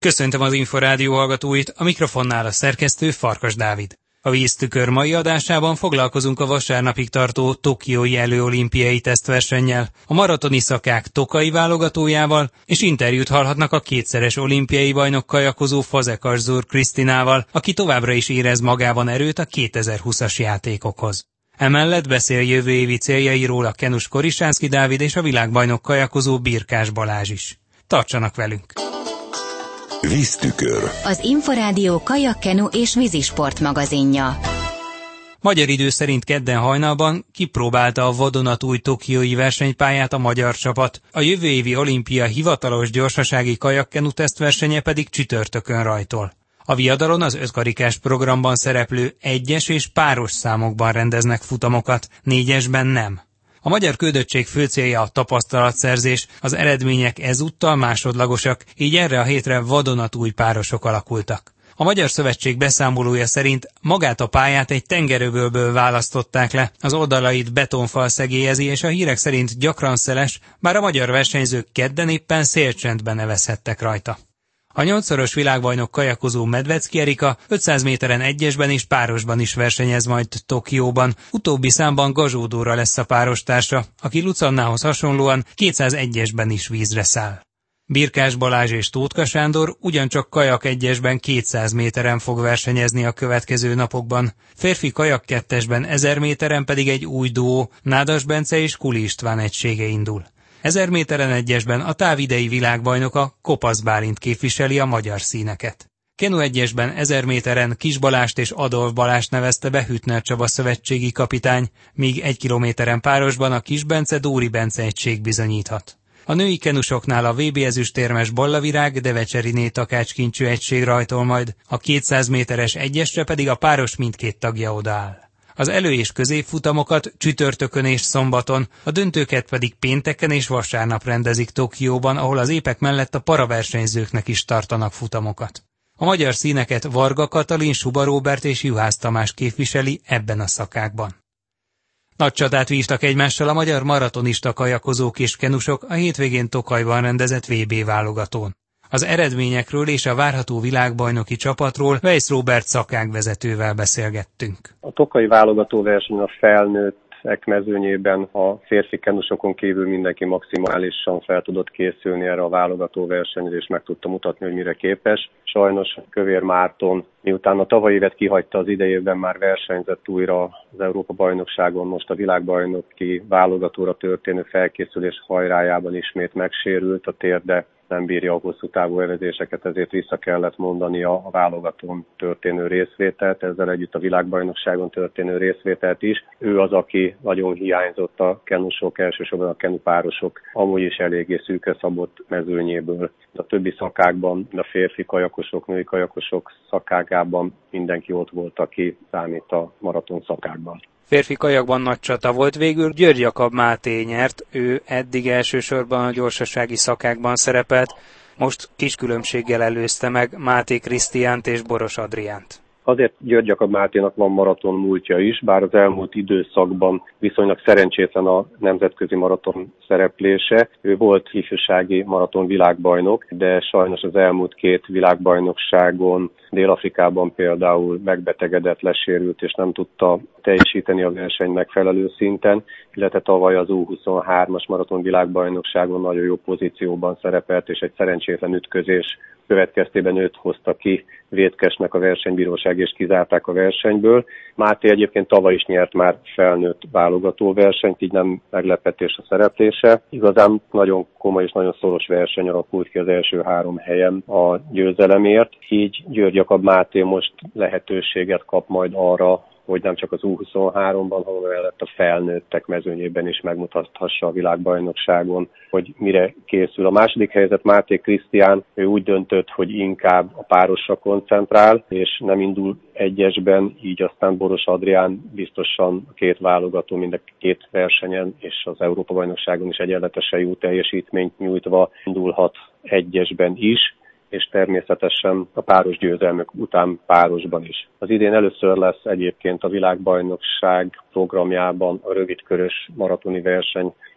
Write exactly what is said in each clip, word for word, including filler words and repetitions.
Köszöntöm az Inforádió hallgatóit, a mikrofonnál a szerkesztő Farkas Dávid. A Víztükör mai adásában foglalkozunk a vasárnapig tartó tokiói előolimpiai tesztversennyel, a maratoni szakák tokai válogatójával, és interjút hallhatnak a kétszeres olimpiai bajnok kajakozó Fazekas Zurb Krisztinával, aki továbbra is érez magában erőt a kétezer-húszas játékokhoz. Emellett beszél jövő évi céljairól a kenus Korisánszky Dávid és a világbajnok kajakozó Birkás Balázs is. Tartsanak velünk! Víztükör. Az Inforádió kajak-kenu és vízisport magazinja. Magyar idő szerint kedden hajnalban kipróbálta a vadonatúj tokiói versenypályát a magyar csapat, a jövő évi olimpia hivatalos gyorsasági kajak-kenu tesztversenye pedig csütörtökön rajtol. A viadalon az ötkarikás programban szereplő egyes és páros számokban rendeznek futamokat, négyesben nem. A magyar küldöttség fő célja a tapasztalatszerzés, az eredmények ezúttal másodlagosak, így erre a hétre vadonatúj párosok alakultak. A Magyar Szövetség beszámolója szerint magát a pályát egy tengeröbölből választották le, az oldalait betonfal szegélyezi, és a hírek szerint gyakran szeles, bár a magyar versenyzők kedden éppen szélcsendben nevezhettek rajta. A nyolcszoros világbajnok kajakozó Medvecki Erika ötszáz méteren egyesben és párosban is versenyez majd Tokióban. Utóbbi számban Gazsó Dóra lesz a párostársa, aki Lucannához hasonlóan kétszázegyesben is vízre száll. Birkás Balázs és Tótka Sándor ugyancsak kajak egyesben kétszáz méteren fog versenyezni a következő napokban. Férfi kajak kettesben ezer méteren pedig egy új duó, Nádas Bence és Kuli István egysége indul. ezer méteren egyesben a távidei világbajnoka Kopasz Bálint képviseli a magyar színeket. Kenu egyesben ezer méteren Kis Balást és Adolf Balást nevezte be Hüttner Csaba szövetségi kapitány, míg egy kilométeren párosban a Kis Bence Dóri Bence egység bizonyíthat. A női kenusoknál a vé bé ezüstérmes Ballavirág Devecseriné Takács Kincső egység rajtol majd, a kétszáz méteres egyesre pedig a páros mindkét tagja odaáll. Az elő- és középfutamokat csütörtökön és szombaton, a döntőket pedig pénteken és vasárnap rendezik Tokióban, ahol az épek mellett a paraversenyzőknek is tartanak futamokat. A magyar színeket Varga Katalin, Suba Róbert és Juhász Tamás képviseli ebben a szakákban. Nagy csatát vívtak egymással a magyar maratonista kajakozók és kenusok a hétvégén Tokajban rendezett vé bé válogatón. Az eredményekről és a várható világbajnoki csapatról Weisz Róbert szakágvezetővel beszélgettünk. A tokai válogatóverseny a felnőttek mezőnyében a férfi kenusokon kívül mindenki maximálisan fel tudott készülni erre a válogatóversenyre, és meg tudta mutatni, hogy mire képes. Sajnos Kövér Márton, miután a tavalyi évet kihagyta, az idejében már versenyzett újra az Európa-bajnokságon, most a világbajnoki válogatóra történő felkészülés hajrájában ismét megsérült a térde, nem bírja a hosszú távú evezéseket, ezért vissza kellett mondani a válogatón történő részvételt, ezzel együtt a világbajnokságon történő részvételt is. Ő az, aki nagyon hiányzott a kenusok, elsősorban a kenupárosok amúgy is eléggé szűkre szabott mezőnyéből. A többi szakákban, a férfi kajakosok, női kajakosok szakágában mindenki ott volt, aki számít a maraton szakákban. Férfi kajakban nagy csata volt, végül György Jakab Máté nyert, ő eddig elsősorban a gyorsasági szakákban szerepelt, most kis különbséggel előzte meg Máté Krisztiánt és Boros Adriánt. Azért György Jakab Máténak van maraton múltja is, bár az elmúlt időszakban viszonylag szerencsétlen a nemzetközi maraton szereplése. Ő volt ifjúsági maraton világbajnok, de sajnos az elmúlt két világbajnokságon, Dél-Afrikában például megbetegedett, lesérült, és nem tudta teljesíteni a verseny megfelelő szinten, illetve tavaly az U huszonhármas maraton világbajnokságon nagyon jó pozícióban szerepelt, és egy szerencsétlen ütközés következtében őt hozta ki vétkesnek a versenybíróság, és kizárták a versenyből. Máté egyébként tavaly is nyert már felnőtt válogatóversenyt, így nem meglepetés a szereplése. Igazán nagyon komoly és nagyon szoros verseny alakult ki az első három helyen a győzelemért, így György Jakab Máté most lehetőséget kap majd arra, hogy nem csak az U huszonháromban, hanem mellett a felnőttek mezőnyében is megmutathassa a világbajnokságon, hogy mire készül. A második helyzet Máté Krisztián, ő úgy döntött, hogy inkább a párosra koncentrál, és nem indul egyesben, így aztán Boros Adrián biztosan a két válogató mind a két versenyen és az Európa-bajnokságon is egyenletesen jó teljesítményt nyújtva indulhat egyesben is, és természetesen a páros győzelmök után párosban is. Az idén először lesz egyébként a világbajnokság programjában a rövidkörös maratoni verseny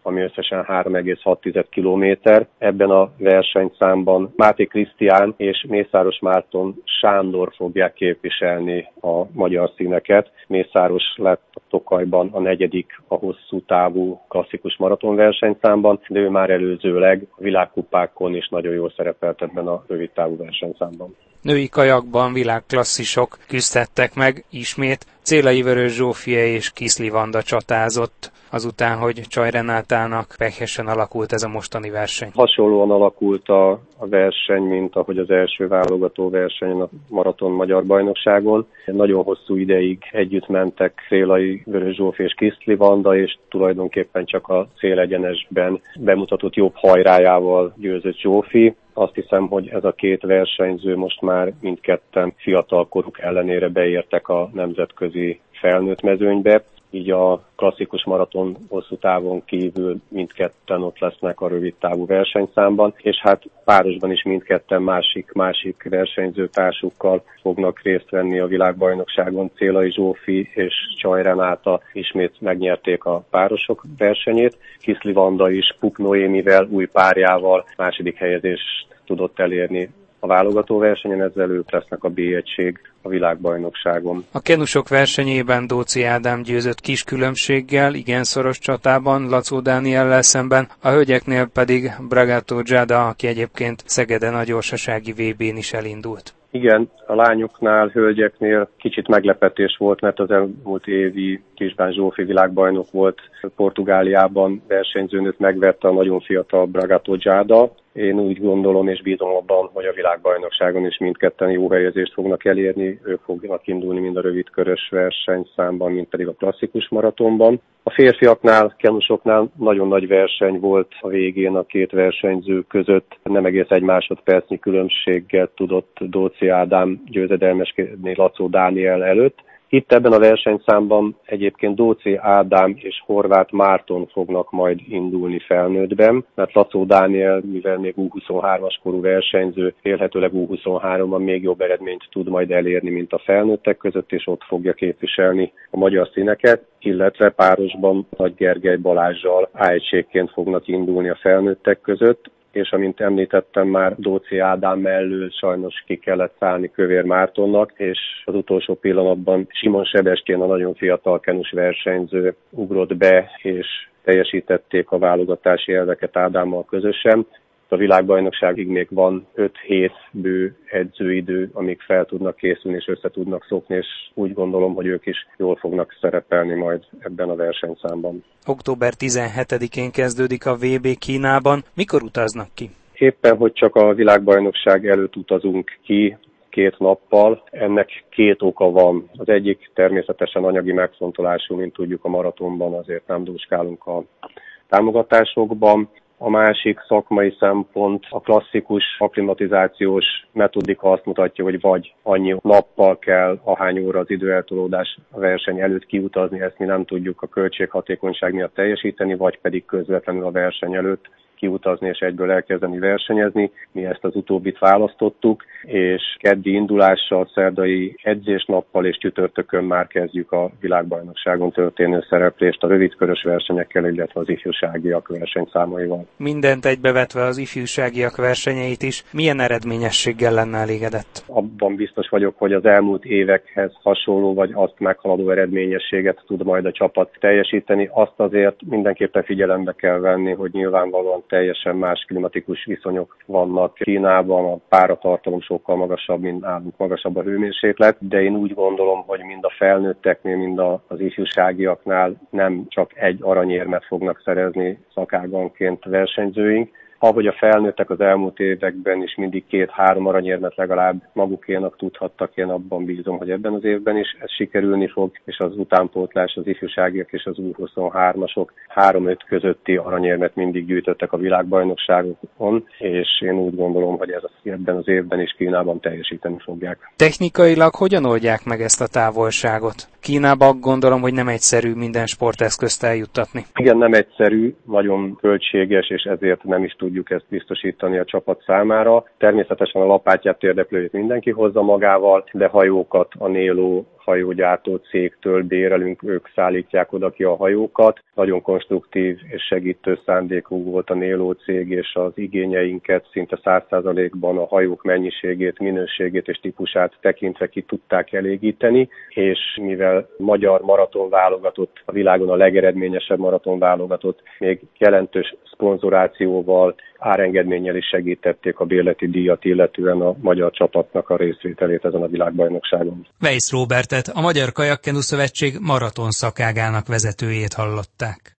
ami összesen három egész hat kilométer. Ebben a versenyszámban Máté Krisztián és Mészáros Márton Sándor fogják képviselni a magyar színeket. Mészáros lett a Tokajban a negyedik a hosszú távú klasszikus maratonversenyszámban, de ő már előzőleg világkupákon is nagyon jól szerepelt ebben a rövid távú versenyszámban. Női kajakban világklasszisok küzdhettek meg ismét. Célai Vörös Zsófia és Kiszli Vanda csatázott azután, hogy Csaj Renátának pehesen alakult ez a mostani verseny. Hasonlóan alakult a, a verseny, mint ahogy az első válogató versenyen a maraton magyar bajnokságon. Nagyon hosszú ideig együtt mentek Célai Vörös Zsófia és Kiszli Vanda, és tulajdonképpen csak a célegyenesben bemutatott jobb hajrájával győzött Zsófi. Azt hiszem, hogy ez a két versenyző most már mindketten fiatal koruk ellenére beértek a nemzetközi felnőtt mezőnybe, így a klasszikus maraton hosszú távon kívül mindketten ott lesznek a rövid távú versenyszámban, és hát párosban is mindketten másik-másik versenyzőtársukkal fognak részt venni a világbajnokságon. Célai Zsófi és Csaj Renáta ismét megnyerték a párosok versenyét. Kiszli Vanda is Puk Noémivel, új párjával második helyezést tudott elérni a válogató versenyen, ezzel ők lesznek a B egység a világbajnokságon. A kenusok versenyében Dóczy Ádám győzött kis különbséggel, igen szoros csatában Lacó Dániellel szemben, a hölgyeknél pedig Bragato Giada, aki egyébként Szegeden a gyorsasági vé bén is elindult. Igen, a lányoknál, hölgyeknél kicsit meglepetés volt, mert az elmúlt évi Kisbán Zsófi világbajnok volt Portugáliában, versenyzőnőt megvette a nagyon fiatal Bragato Giada. Én úgy gondolom és bízom abban, hogy a világbajnokságon is mindketten jó helyezést fognak elérni, ők fognak indulni mind a rövidkörös versenyszámban, mind pedig a klasszikus maratonban. A férfiaknál, kenusoknál nagyon nagy verseny volt a végén a két versenyző között. Nem egész egy másodpercnyi különbséggel tudott Dóczy Ádám győzedelmeskedni Lacó Dániel előtt. Itt ebben a versenyszámban egyébként Dóczy Ádám és Horváth Márton fognak majd indulni felnőttben, mert Lacó Dániel, mivel még U huszonhármas korú versenyző, élhetőleg U huszonháromban még jobb eredményt tud majd elérni, mint a felnőttek között, és ott fogja képviselni a magyar színeket, illetve párosban Nagy Gergely Balázssal á egységként fognak indulni a felnőttek között. És amint említettem már, Dóczy Ádám mellől sajnos ki kellett szállni Kövér Mártonnak, és az utolsó pillanatban Simon Sebestyén, a nagyon fiatal kenus versenyző ugrott be, és teljesítették a válogatási elveket Ádámmal közösen. A világbajnokságig még van öt hét bő edzőidő, amíg fel tudnak készülni és össze tudnak szokni, és úgy gondolom, hogy ők is jól fognak szerepelni majd ebben a versenyszámban. október tizenhetedikén kezdődik a vé bé Kínában. Mikor utaznak ki? Éppen, hogy csak a világbajnokság előtt utazunk ki, két nappal. Ennek két oka van. Az egyik természetesen anyagi megfontolású, mint tudjuk a maratonban, azért nem dúskálunk a támogatásokban. A másik szakmai szempont, a klasszikus akklimatizációs metodika azt mutatja, hogy vagy annyi nappal kell, ahány óra az időeltolódás a verseny előtt kiutazni, ezt mi nem tudjuk a költséghatékonyság miatt teljesíteni, vagy pedig közvetlenül a verseny előtt kiutazni és egyből elkezdeni versenyezni. Mi ezt az utóbbit választottuk, és keddi indulással, szerdai edzésnappal és csütörtökön már kezdjük a világbajnokságon történő szereplést a rövidkörös versenyekkel, illetve az ifjúságiak versenyszámaival. Mindent egybevetve az ifjúságiak versenyeit is, milyen eredményességgel lenne elégedett? Abban biztos vagyok, hogy az elmúlt évekhez hasonló vagy azt meghaladó eredményességet tud majd a csapat teljesíteni. Azt azért mindenképpen figyelembe kell venni, hogy nyilvánvalóan teljesen más klimatikus viszonyok vannak Kínában, a páratartalom sokkal magasabb, mint nálunk magasabb a hőmérséklet, de én úgy gondolom, hogy mind a felnőtteknél, mind az ifjúságiaknál nem csak egy aranyérmet fognak szerezni szakáganként versenyzőink. Ahogy a felnőttek az elmúlt években is mindig két-három aranyérmet legalább magukénak tudhattak, én abban bízom, hogy ebben az évben is ez sikerülni fog, és az utánpótlás, az ifjúságiak és az U huszonhármasok három-öt közötti aranyérmet mindig gyűjtöttek a világbajnokságokon, és én úgy gondolom, hogy ez ebben az évben is Kínában teljesíteni fogják. Technikailag hogyan oldják meg ezt a távolságot? Kínában gondolom, hogy nem egyszerű minden sporteszközt eljuttatni. Igen, nem egyszerű, nagyon költséges, és ezért nem is tudjuk ezt biztosítani a csapat számára. Természetesen a lapátját, térdeplőjét mindenki hozza magával, de hajókat a Néló hajógyártó cégtől bérelünk, ők szállítják oda ki a hajókat. Nagyon konstruktív és segítő szándékú volt a Néló cég, és az igényeinket szinte száz százalékban a hajók mennyiségét, minőségét és típusát tekintve ki tudták elégíteni, és mivel magyar maratonválogatott, a világon a legeredményesebb maratonválogatott, még jelentős szponzorációval, árengedménnyel is segítették a bérleti díjat, illetően a magyar csapatnak a részvételét ezen a világbajnokságon. Weisz Róbertet, a Magyar Kajakkenu Szövetség maraton szakágának vezetőjét hallották.